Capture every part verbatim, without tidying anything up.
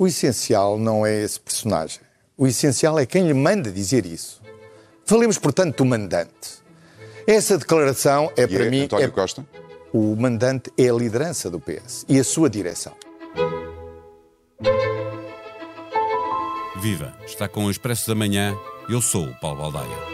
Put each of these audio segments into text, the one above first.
O essencial não é esse personagem. O essencial é quem lhe manda dizer isso. Falemos, portanto, do mandante. Essa declaração é, e para é mim... António é... Costa? O mandante é a liderança do P S e a sua direção. Viva! Está com o Expresso da Manhã. Eu sou o Paulo Baldaia.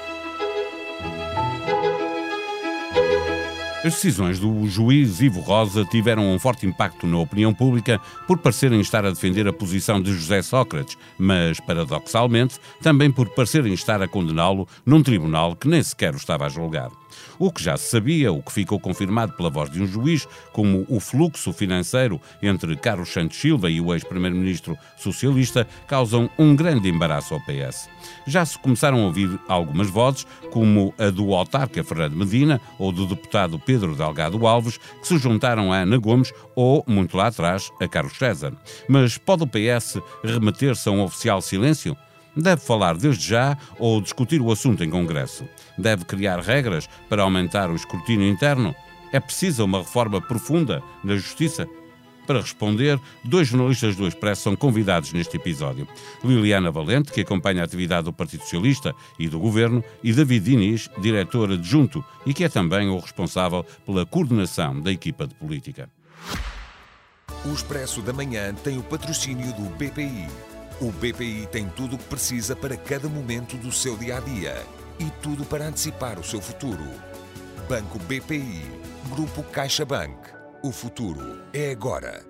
As decisões do juiz Ivo Rosa tiveram um forte impacto na opinião pública por parecerem estar a defender a posição de José Sócrates, mas, paradoxalmente, também por parecerem estar a condená-lo num tribunal que nem sequer o estava a julgar. O que já se sabia, o que ficou confirmado pela voz de um juiz, como o fluxo financeiro entre Carlos Santos Silva e o ex-primeiro-ministro socialista, causam um grande embaraço ao P S. Já se começaram a ouvir algumas vozes, como a do autarca Fernando Medina ou do deputado Pedro Delgado Alves, que se juntaram a Ana Gomes ou, muito lá atrás, a Carlos César. Mas pode o P S remeter-se a um oficial silêncio? Deve falar desde já ou discutir o assunto em Congresso? Deve criar regras para aumentar o escrutínio interno? É precisa uma reforma profunda na Justiça? Para responder, dois jornalistas do Expresso são convidados neste episódio. Liliana Valente, que acompanha a atividade do Partido Socialista e do Governo, e David Diniz, diretor adjunto e que é também o responsável pela coordenação da equipa de política. O Expresso da Manhã tem o patrocínio do B P I. O B P I tem tudo o que precisa para cada momento do seu dia-a-dia e tudo para antecipar o seu futuro. Banco B P I. Grupo CaixaBank. O futuro é agora.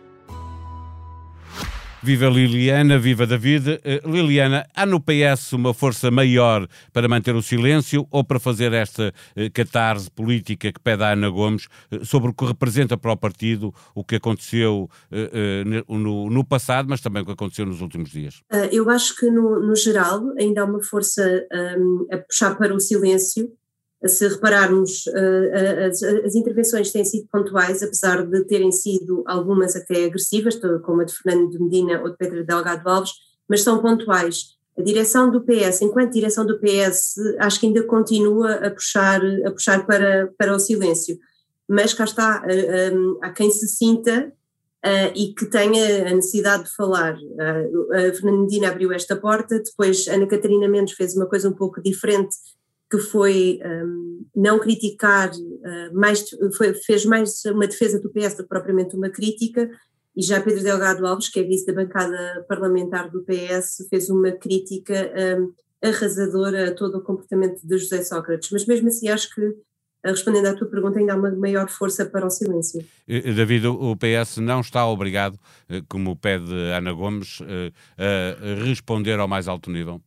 Viva Liliana, viva David. Uh, Liliana, há no P S uma força maior para manter o silêncio ou para fazer esta uh, catarse política que pede a Ana Gomes uh, sobre o que representa para o partido o que aconteceu uh, uh, no, no passado, mas também o que aconteceu nos últimos dias? Uh, eu acho que no, no geral ainda há uma força um, a puxar para o silêncio. Se repararmos, uh, as, as intervenções têm sido pontuais, apesar de terem sido algumas até agressivas, como a de Fernando de Medina ou de Pedro Delgado Alves, mas são pontuais. A direção do P S, enquanto direção do P S, acho que ainda continua a puxar, a puxar para, para o silêncio, mas cá está, uh, um, há quem se sinta uh, e que tenha a necessidade de falar. Uh, a Fernando Medina abriu esta porta, depois Ana Catarina Mendes fez uma coisa um pouco diferente, que foi um, não criticar, uh, mais, foi, fez mais uma defesa do P S do que propriamente uma crítica, e já Pedro Delgado Alves, que é vice da bancada parlamentar do P S, fez uma crítica um, arrasadora a todo o comportamento de José Sócrates, mas mesmo assim acho que, respondendo à tua pergunta, ainda há uma maior força para o silêncio. David, o P S não está obrigado, como pede Ana Gomes, a responder ao mais alto nível?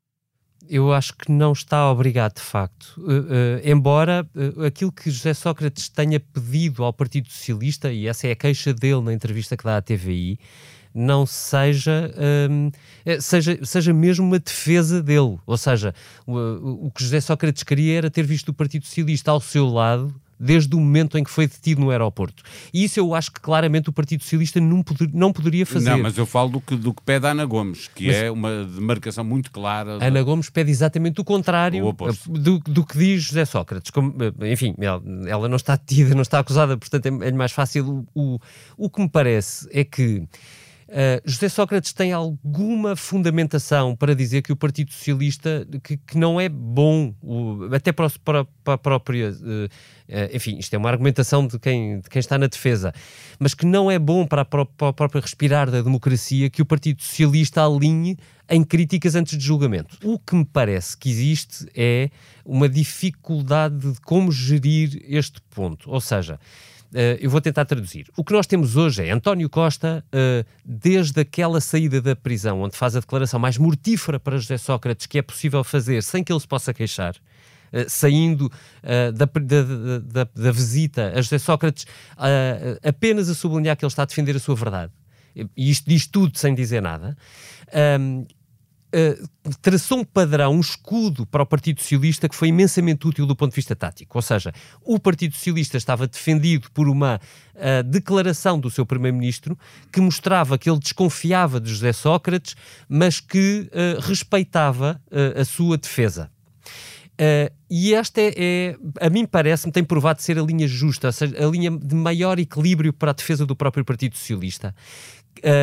Eu acho que não está obrigado, de facto. Uh, uh, embora uh, aquilo que José Sócrates tenha pedido ao Partido Socialista, e essa é a queixa dele na entrevista que dá à T V I, não seja, um, seja, seja mesmo uma defesa dele. Ou seja, o, o que José Sócrates queria era ter visto o Partido Socialista ao seu lado desde o momento em que foi detido no aeroporto. E isso eu acho que claramente o Partido Socialista não, poder, não poderia fazer. Não, mas eu falo do que, do que pede a Ana Gomes, que mas é uma demarcação muito clara. Ana Gomes pede exatamente o contrário o do, do que diz José Sócrates. Como, enfim, ela, ela não está detida, não está acusada, portanto é, é mais fácil. O, o, o que me parece é que Uh, José Sócrates tem alguma fundamentação para dizer que o Partido Socialista, que, que não é bom, o, até para, para, para a própria, uh, uh, enfim, isto é uma argumentação de quem, de quem está na defesa, mas que não é bom para a, para a própria respirar da democracia que o Partido Socialista alinhe em críticas antes de julgamento. O que me parece que existe é uma dificuldade de como gerir este ponto, ou seja, Uh, eu vou tentar traduzir. O que nós temos hoje é António Costa, uh, desde aquela saída da prisão, onde faz a declaração mais mortífera para José Sócrates que é possível fazer sem que ele se possa queixar, uh, saindo uh, da, da, da, da visita a José Sócrates uh, apenas a sublinhar que ele está a defender a sua verdade. E isto diz tudo sem dizer nada. Um, Uh, traçou um padrão, um escudo para o Partido Socialista que foi imensamente útil do ponto de vista tático. Ou seja, o Partido Socialista estava defendido por uma uh, declaração do seu Primeiro-Ministro que mostrava que ele desconfiava de José Sócrates, mas que uh, respeitava uh, a sua defesa. Uh, e esta é, é, a mim parece-me, tem provado ser a linha justa, ou seja, a linha de maior equilíbrio para a defesa do próprio Partido Socialista. Uh,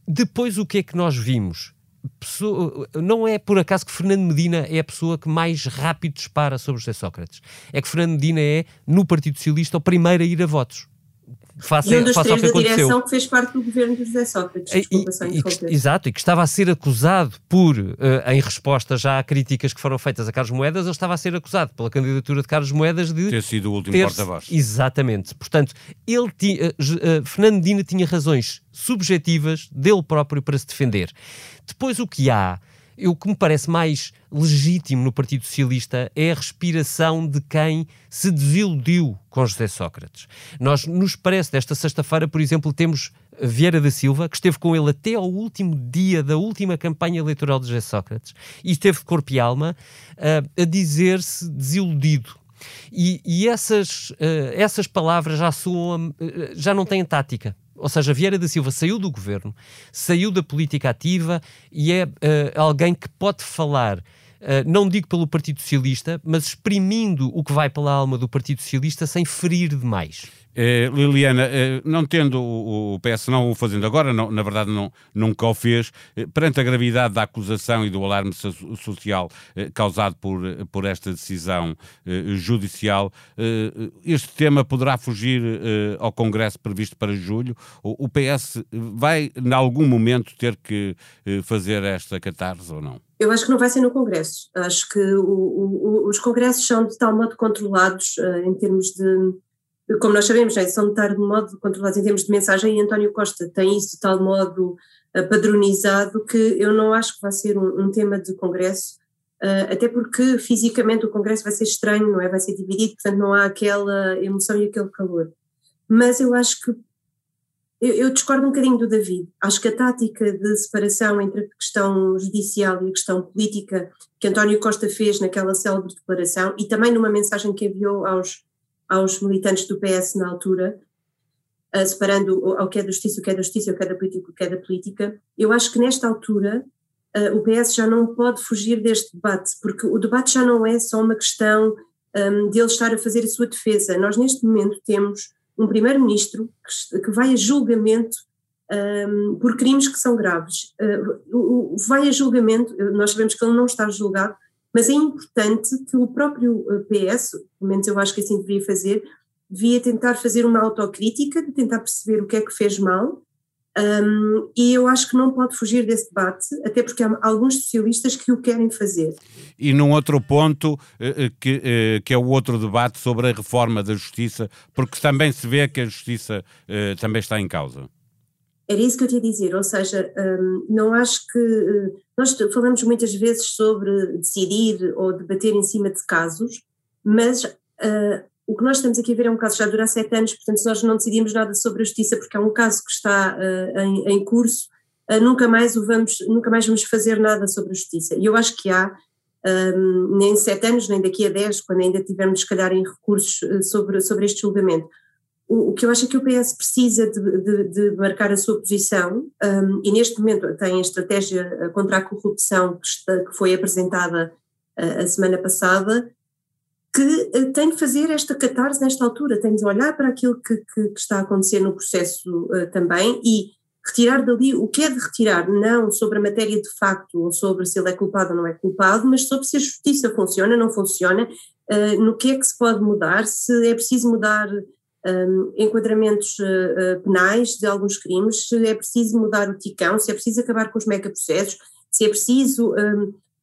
depois o que é que nós vimos? Pessoa, não é por acaso que Fernando Medina é a pessoa que mais rápido dispara sobre José Sócrates. É que Fernando Medina é, no Partido Socialista, o primeiro a ir a votos. Faça, e um dos faça três o que da aconteceu. direção que fez parte do governo de José Sócrates. Desculpa, E, e, que, exato, e que estava a ser acusado por, uh, em resposta já a críticas que foram feitas a Carlos Moedas, ele estava a ser acusado pela candidatura de Carlos Moedas de ter sido o último ter, porta-voz. Exatamente. Portanto, ele tinha, uh, uh, Fernando Medina tinha razões subjetivas dele próprio para se defender. Depois o que há, o que me parece mais legítimo no Partido Socialista é a respiração de quem se desiludiu com José Sócrates. Nós, nos parece, desta sexta-feira, por exemplo, temos Vieira da Silva, que esteve com ele até ao último dia da última campanha eleitoral de José Sócrates, e esteve de corpo e alma uh, a dizer-se desiludido. E, e essas, uh, essas palavras já soam, uh, já não têm tática. Ou seja, Vieira da Silva saiu do governo, saiu da política ativa e é uh, alguém que pode falar, uh, não digo pelo Partido Socialista, mas exprimindo o que vai pela alma do Partido Socialista sem ferir demais. Eh, Liliana, eh, não tendo o, o P S não o fazendo agora, não, na verdade não, nunca o fez, eh, perante a gravidade da acusação e do alarme so- social eh, causado por, por esta decisão eh, judicial, eh, este tema poderá fugir eh, ao Congresso previsto para julho? O, o P S vai, em algum momento, ter que eh, fazer esta catarse ou não? Eu acho que não vai ser no Congresso. Acho que o, o, os Congressos são de tal modo controlados uh, em termos de... Como nós sabemos, né, são de tal modo controlados em termos de mensagem, e António Costa tem isso de tal modo uh, padronizado que eu não acho que vai ser um, um tema de Congresso, uh, até porque fisicamente o Congresso vai ser estranho, não é? Vai ser dividido, portanto não há aquela emoção e aquele calor. Mas eu acho que, eu, eu discordo um bocadinho do David, acho que a tática de separação entre a questão judicial e a questão política que António Costa fez naquela célebre declaração, e também numa mensagem que enviou aos aos militantes do P S na altura, uh, separando o, o que é da justiça, o que é da justiça, o que é da política, o que é da política, eu acho que nesta altura uh, o P S já não pode fugir deste debate, porque o debate já não é só uma questão um, de ele estar a fazer a sua defesa. Nós neste momento temos um primeiro-ministro que, que vai a julgamento um, por crimes que são graves. Uh, o, o, vai a julgamento, nós sabemos que ele não está julgado, mas é importante que o próprio P S, pelo menos eu acho que assim deveria fazer, devia tentar fazer uma autocrítica, de tentar perceber o que é que fez mal, um, e eu acho que não pode fugir desse debate, até porque há alguns socialistas que o querem fazer. E num outro ponto, que, que é o outro debate sobre a reforma da justiça, porque também se vê que a justiça também está em causa. Era isso que eu te ia dizer, ou seja, um, não acho que... Uh, nós falamos muitas vezes sobre decidir ou debater em cima de casos, mas uh, o que nós estamos aqui a ver é um caso que já dura há sete anos, portanto se nós não decidimos nada sobre a justiça porque é um caso que está uh, em, em curso, uh, nunca, mais o vamos, nunca mais vamos fazer nada sobre a justiça. E eu acho que há, um, nem sete anos, nem daqui a dez, quando ainda tivermos se calhar em recursos uh, sobre, sobre este julgamento, o que eu acho é que o P S precisa de, de, de marcar a sua posição, um, e neste momento tem a estratégia contra a corrupção que, está, que foi apresentada uh, a semana passada, que uh, tem de fazer esta catarse nesta altura, tem de olhar para aquilo que, que, que está a acontecer no processo uh, também e retirar dali o que é de retirar, não sobre a matéria de facto ou sobre se ele é culpado ou não é culpado, mas sobre se a justiça funciona ou não funciona, uh, no que é que se pode mudar, se é preciso mudar... Um, enquadramentos uh, penais de alguns crimes, se é preciso mudar o ticão, se é preciso acabar com os megaprocessos, se é preciso um,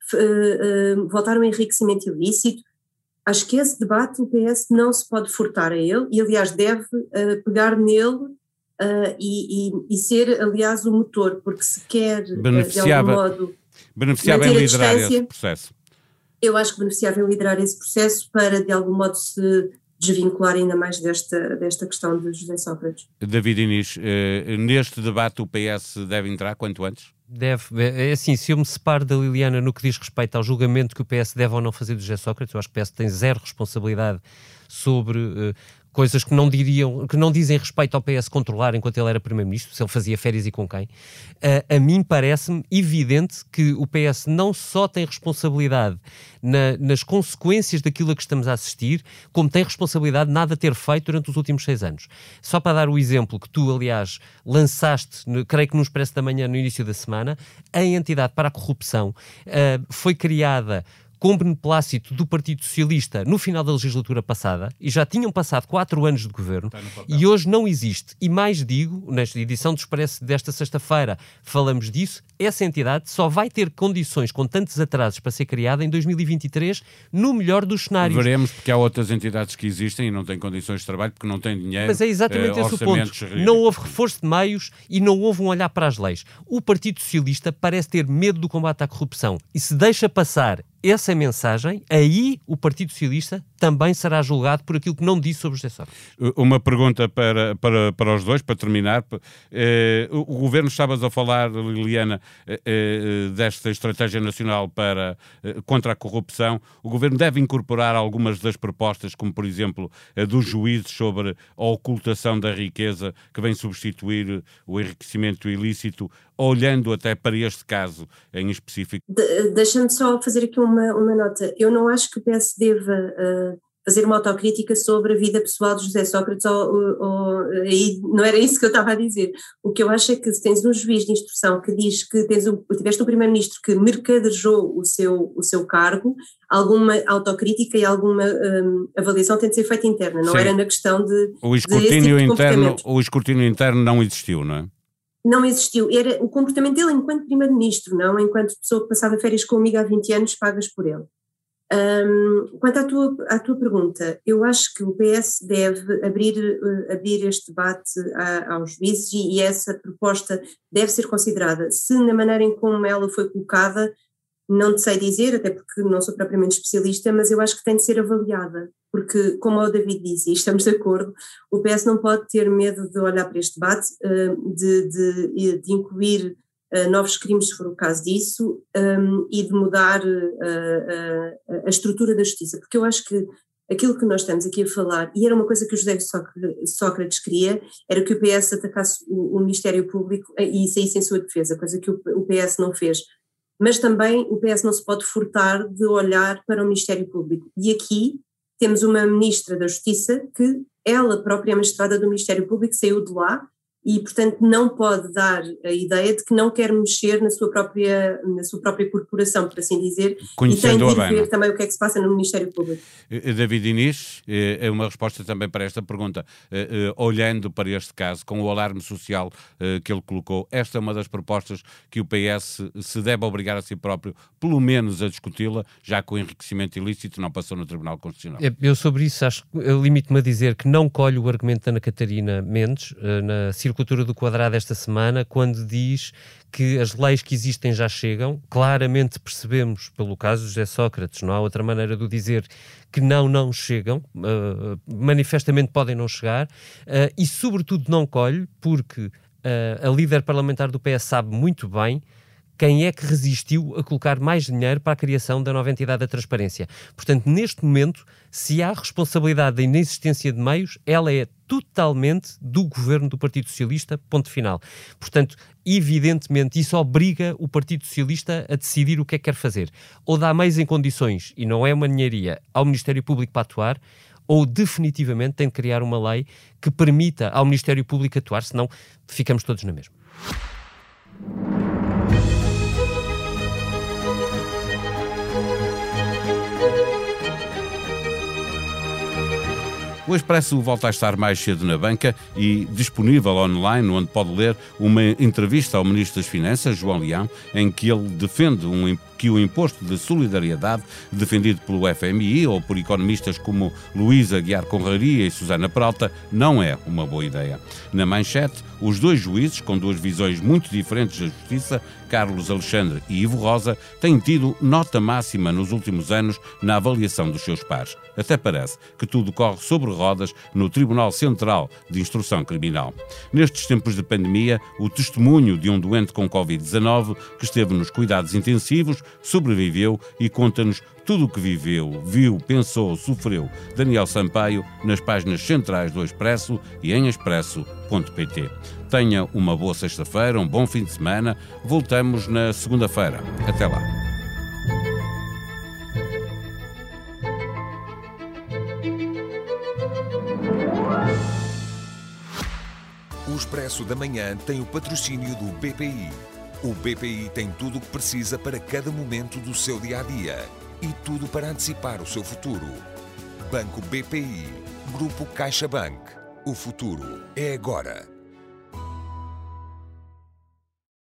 uh, uh, voltar ao enriquecimento ilícito. Acho que esse debate o P S não se pode furtar a ele e aliás deve uh, pegar nele uh, e, e, e ser aliás o motor, porque se quer beneficiava, de algum modo beneficiava em liderar esse processo. Eu acho que beneficiava em liderar esse processo para de algum modo se desvincular ainda mais desta, desta questão de José Sócrates. David Inês, eh, neste debate o P S deve entrar quanto antes? Deve. É assim, se eu me separo da Liliana no que diz respeito ao julgamento que o P S deve ou não fazer de José Sócrates, eu acho que o P S tem zero responsabilidade sobre uh, coisas que não diriam, que não dizem respeito ao P S controlar enquanto ele era Primeiro-Ministro, se ele fazia férias e com quem. Uh, a mim parece-me evidente que o P S não só tem responsabilidade na, nas consequências daquilo a que estamos a assistir, como tem responsabilidade de nada ter feito durante os últimos seis anos. Só para dar o exemplo que tu, aliás, lançaste, no, creio que no Expresso da Manhã, no início da semana, a entidade para a corrupção uh, foi criada com beneplácito do Partido Socialista no final da legislatura passada, e já tinham passado quatro anos de governo, e hoje não existe. E mais digo, nesta edição do Expresso desta sexta-feira falamos disso, essa entidade só vai ter condições com tantos atrasos para ser criada em dois mil e vinte e três, no melhor dos cenários. Veremos, porque há outras entidades que existem e não têm condições de trabalho porque não têm dinheiro. Mas é exatamente eh, esse o ponto. Não houve reforço de meios e não houve um olhar para as leis. O Partido Socialista parece ter medo do combate à corrupção e se deixa passar essa mensagem, aí o Partido Socialista também será julgado por aquilo que não disse sobre José Sócrates. Uma pergunta para, para, para os dois, para terminar. Eh, o, o Governo, estavas a falar, Liliana, eh, eh, desta estratégia nacional para, eh, contra a corrupção. O Governo deve incorporar algumas das propostas, como por exemplo a dos juízes sobre a ocultação da riqueza, que vem substituir o enriquecimento ilícito, olhando até para este caso em específico. De, deixa-me só fazer aqui uma, uma nota. Eu não acho que o P S deva uh, fazer uma autocrítica sobre a vida pessoal de José Sócrates, ou, ou, ou, aí não era isso que eu estava a dizer. O que eu acho é que se tens um juiz de instrução que diz que tens um, tiveste um primeiro-ministro que mercadejou o seu, o seu cargo, alguma autocrítica e alguma um, avaliação tem de ser feita interna, não Sim. era na questão de... O escrutínio, tipo interno, o escrutínio interno não existiu, não é? Não existiu, era o comportamento dele enquanto primeiro-ministro, não enquanto pessoa que passava férias com o amigo há vinte anos pagas por ele. Um, quanto à tua, à tua pergunta, eu acho que o P S deve abrir, uh, abrir este debate a, aos juízes e, e essa proposta deve ser considerada. Se na maneira em como ela foi colocada, não te sei dizer, até porque não sou propriamente especialista, mas eu acho que tem de ser avaliada, porque como o David disse, e estamos de acordo, o P S não pode ter medo de olhar para este debate, de, de, de incluir novos crimes, se for o caso disso, e de mudar a, a, a estrutura da justiça, porque eu acho que aquilo que nós estamos aqui a falar, e era uma coisa que o José Sócrates queria, era que o P S atacasse o, o Ministério Público e saísse em sua defesa, coisa que o, o P S não fez. Mas também o P S não se pode furtar de olhar para o Ministério Público. E aqui temos uma Ministra da Justiça que ela própria é magistrada do Ministério Público, saiu de lá e, portanto, não pode dar a ideia de que não quer mexer na sua própria, na sua própria corporação, por assim dizer, Conhecendo e tem de ver também o que é que se passa no Ministério Público. David Inês, é uma resposta também para esta pergunta. Olhando para este caso, com o alarme social que ele colocou, esta é uma das propostas que o P S se deve obrigar a si próprio, pelo menos a discuti-la, já que o enriquecimento ilícito não passou no Tribunal Constitucional. Eu sobre isso acho que eu limito-me a dizer que não colho o argumento da Ana Catarina Mendes na circulação Cultura do Quadrado esta semana, quando diz que as leis que existem já chegam. Claramente percebemos, pelo caso de José Sócrates, não há outra maneira de o dizer, que não, não chegam, uh, manifestamente podem não chegar, uh, e sobretudo não colhe, porque uh, a líder parlamentar do P S sabe muito bem quem é que resistiu a colocar mais dinheiro para a criação da nova entidade da transparência. Portanto, neste momento, se há responsabilidade da inexistência de meios, ela é totalmente do governo do Partido Socialista, ponto final. Portanto, evidentemente, isso obriga o Partido Socialista a decidir o que é que quer fazer. Ou dá meios em condições, e não é uma ninharia, ao Ministério Público para atuar, ou definitivamente tem de criar uma lei que permita ao Ministério Público atuar, senão ficamos todos na mesma. O Expresso volta a estar mais cedo na banca e disponível online, onde pode ler uma entrevista ao Ministro das Finanças, João Leão, em que ele defende um, que o imposto de solidariedade, defendido pelo F M I ou por economistas como Luísa Aguiar Conraria e Susana Peralta, não é uma boa ideia. Na manchete, os dois juízes, com duas visões muito diferentes da justiça, Carlos Alexandre e Ivo Rosa, têm tido nota máxima nos últimos anos na avaliação dos seus pares. Até parece que tudo corre sobre rodas rodas no Tribunal Central de Instrução Criminal. Nestes tempos de pandemia, o testemunho de um doente com covid dezanove que esteve nos cuidados intensivos, sobreviveu e conta-nos tudo o que viveu, viu, pensou, sofreu. Daniel Sampaio, nas páginas centrais do Expresso e em expresso ponto pt. Tenha uma boa sexta-feira, um bom fim de semana. Voltamos na segunda-feira. Até lá. O Expresso da Manhã tem o patrocínio do B P I. O B P I tem tudo o que precisa para cada momento do seu dia-a-dia e tudo para antecipar o seu futuro. Banco B P I. Grupo CaixaBank. O futuro é agora.